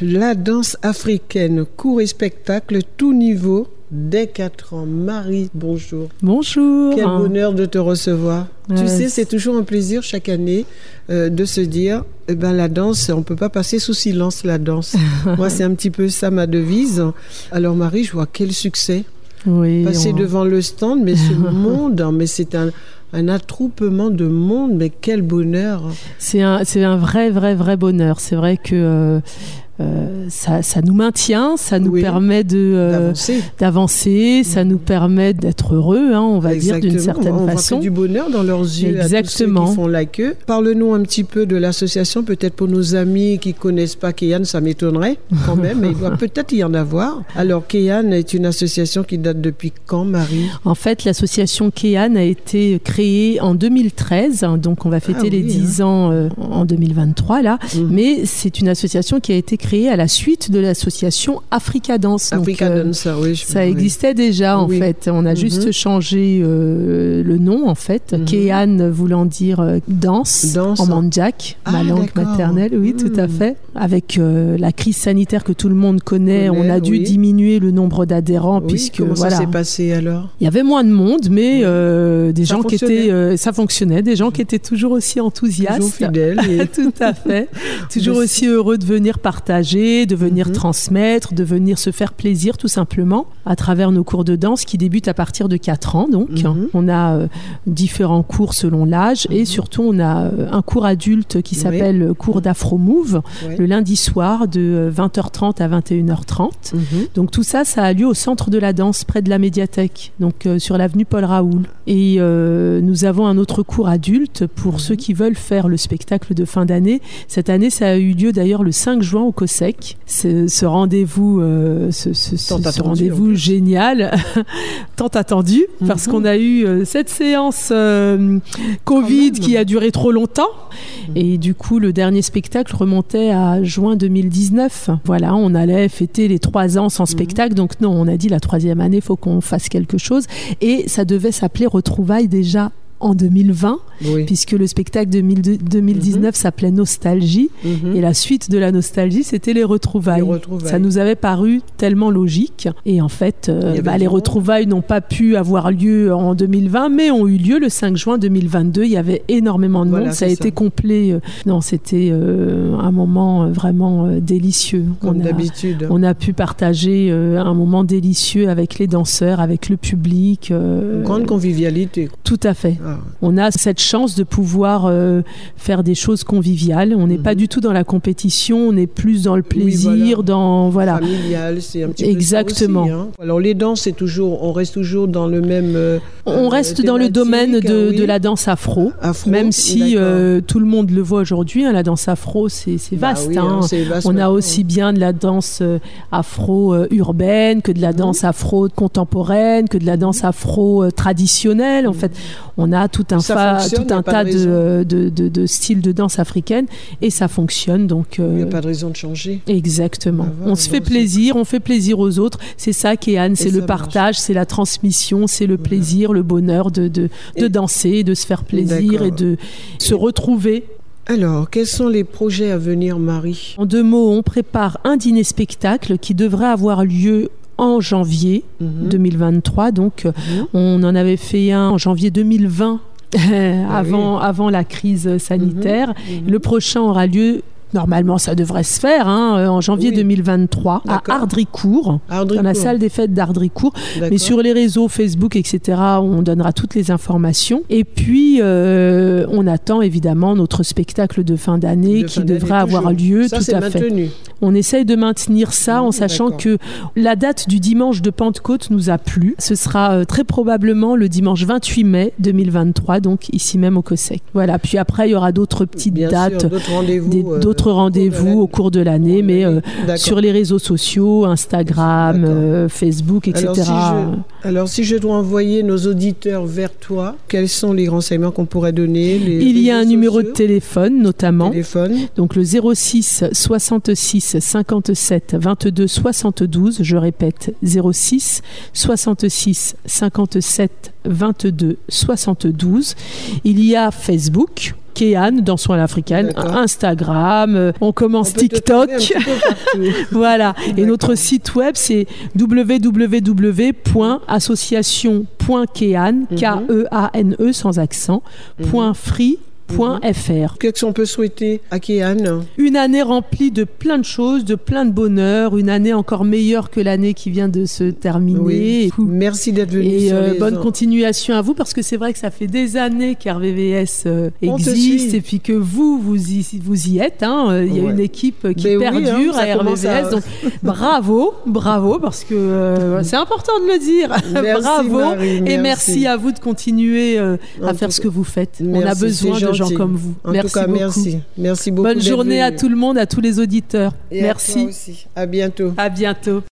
La danse africaine, cours et spectacle, tout niveau, dès 4 ans. Marie, bonjour. Bonjour. Quel bonheur de te recevoir. Tu sais, c'est toujours un plaisir chaque année de se dire, la danse, on ne peut pas passer sous silence la danse. Moi, c'est un petit peu ça ma devise. Alors Marie, je vois quel succès. Oui, passer devant le stand, mais ce monde, mais c'est un attroupement de monde, mais quel bonheur. C'est un vrai bonheur. C'est vrai que ça nous maintient, ça nous permet d'avancer, ça nous permet d'être heureux, on va dire d'une certaine façon. On voit du bonheur dans leurs yeux. Exactement. À tous ceux qui font la queue. Parle-nous un petit peu de l'association, peut-être pour nos amis qui ne connaissent pas Kéane, ça m'étonnerait quand même, mais il doit peut-être y en avoir. Alors Kéane est une association qui date depuis quand, Marie ? En fait, l'association Kéane a été créée en 2013, donc on va fêter les 10 ans en 2023 là, mais c'est une association qui a été créée à la suite de l'association Africa Dance. Africa Dance, ça existait déjà en fait. On a juste changé le nom en fait. Kéane voulant dire danse en mandjak, ma langue maternelle. Oui, tout à fait. Avec la crise sanitaire que tout le monde connaît, on a dû diminuer le nombre d'adhérents puisque comment ça s'est passé alors ? Il y avait moins de monde, mais des gens qui étaient, ça fonctionnait, des gens qui étaient toujours aussi enthousiastes, toujours fidèles, tout à fait, toujours aussi heureux de venir partager, de venir transmettre, de venir se faire plaisir tout simplement à travers nos cours de danse qui débutent à partir de 4 ans. Donc, on a différents cours selon l'âge et surtout on a un cours adulte qui s'appelle cours d'Afro Move le lundi soir de 20h30 à 21h30. Donc tout ça a lieu au centre de la danse près de la médiathèque, donc sur l'avenue Paul Raoul. Et nous avons un autre cours adulte pour ceux qui veulent faire le spectacle de fin d'année. Cette année, ça a eu lieu d'ailleurs le 5 juin au COSEC. Ce rendez-vous, ce rendez-vous génial, tant attendu, parce qu'on a eu cette séance Covid qui a duré trop longtemps. Et du coup, le dernier spectacle remontait à juin 2019. Voilà, on allait fêter les 3 ans sans spectacle. Donc non, on a dit la 3e année, il faut qu'on fasse quelque chose. Et ça devait s'appeler Retrouvailles déjà en 2020, puisque le spectacle de 2019 s'appelait Nostalgie, et la suite de la nostalgie, c'était les retrouvailles. Ça nous avait paru tellement logique, et en fait, les retrouvailles n'ont pas pu avoir lieu en 2020, mais ont eu lieu le 5 juin 2022. Il y avait énormément de monde, ça a été complet. Non, c'était un moment vraiment délicieux. Comme d'habitude. On a pu partager un moment délicieux avec les danseurs, avec le public. Grande convivialité. Tout à fait. On a cette chance de pouvoir faire des choses conviviales. On n'est pas du tout dans la compétition, on est plus dans le plaisir, dans familial, c'est un petit exactement. peu ça aussi, Alors les danses, on reste toujours dans le même. On reste dans le domaine de la danse afro, même si tout le monde le voit aujourd'hui. La danse afro, c'est vaste. C'est vaste. On a aussi bien de la danse afro urbaine que de la danse afro contemporaine, que de la danse afro traditionnelle. En fait, on a tout un tas de styles de danse africaine et ça fonctionne. Donc, il n'y a pas de raison de changer. Exactement. On se fait plaisir, on fait plaisir aux autres. C'est ça, Kéane, c'est le partage, c'est la transmission, c'est le plaisir, le bonheur de danser, de se faire plaisir et de se retrouver. Alors, quels sont les projets à venir, Marie ? En 2 mots, on prépare un dîner-spectacle qui devrait avoir lieu en janvier 2023. Donc, on en avait fait un en janvier 2020, avant la crise sanitaire. Le prochain aura lieu, normalement ça devrait se faire, en janvier 2023 à Ardricourt, dans la salle des fêtes d'Ardricourt. Mais sur les réseaux Facebook, etc., on donnera toutes les informations. Et puis, on attend évidemment notre spectacle de fin d'année qui devrait avoir lieu. Ça, tout à fait. Maintenu. On essaye de maintenir ça en sachant que la date du dimanche de Pentecôte nous a plu. Ce sera très probablement le dimanche 28 mai 2023, donc ici même au COSEC. Voilà. Puis après, il y aura d'autres petites dates, d'autres rendez-vous au cours de l'année, mais sur les réseaux sociaux, Instagram, Facebook, etc. Alors, si je dois envoyer nos auditeurs vers toi, quels sont les renseignements qu'on pourrait donner ? Il y a un numéro de téléphone, notamment. Donc le 06 66 06 57 22 72. Je répète, 06 66 57 22 72. Il y a Facebook, Kéane, Dansons à l'africaine, Instagram, on commence TikTok. Voilà. Et notre site web, c'est www.association.kéane, K-E-A-N-E sans accent, .free.fr. Qu'est-ce qu'on peut souhaiter à Kéane? Une année remplie de plein de choses, de plein de bonheur, une année encore meilleure que l'année qui vient de se terminer. Oui. Merci d'être venu. Et bonne continuation à vous, parce que c'est vrai que ça fait des années qu'RVVS existe, et puis que vous y êtes. Hein. Il y a une équipe qui perdure à RVVS. Donc bravo, parce que c'est important de le dire. Merci, bravo, Marie, et merci à vous de continuer à faire ce que vous faites. On a besoin de gens comme vous. En tout cas, merci. Merci beaucoup. Bonne journée à tout le monde, à tous les auditeurs. Et merci. À toi aussi. À bientôt. À bientôt.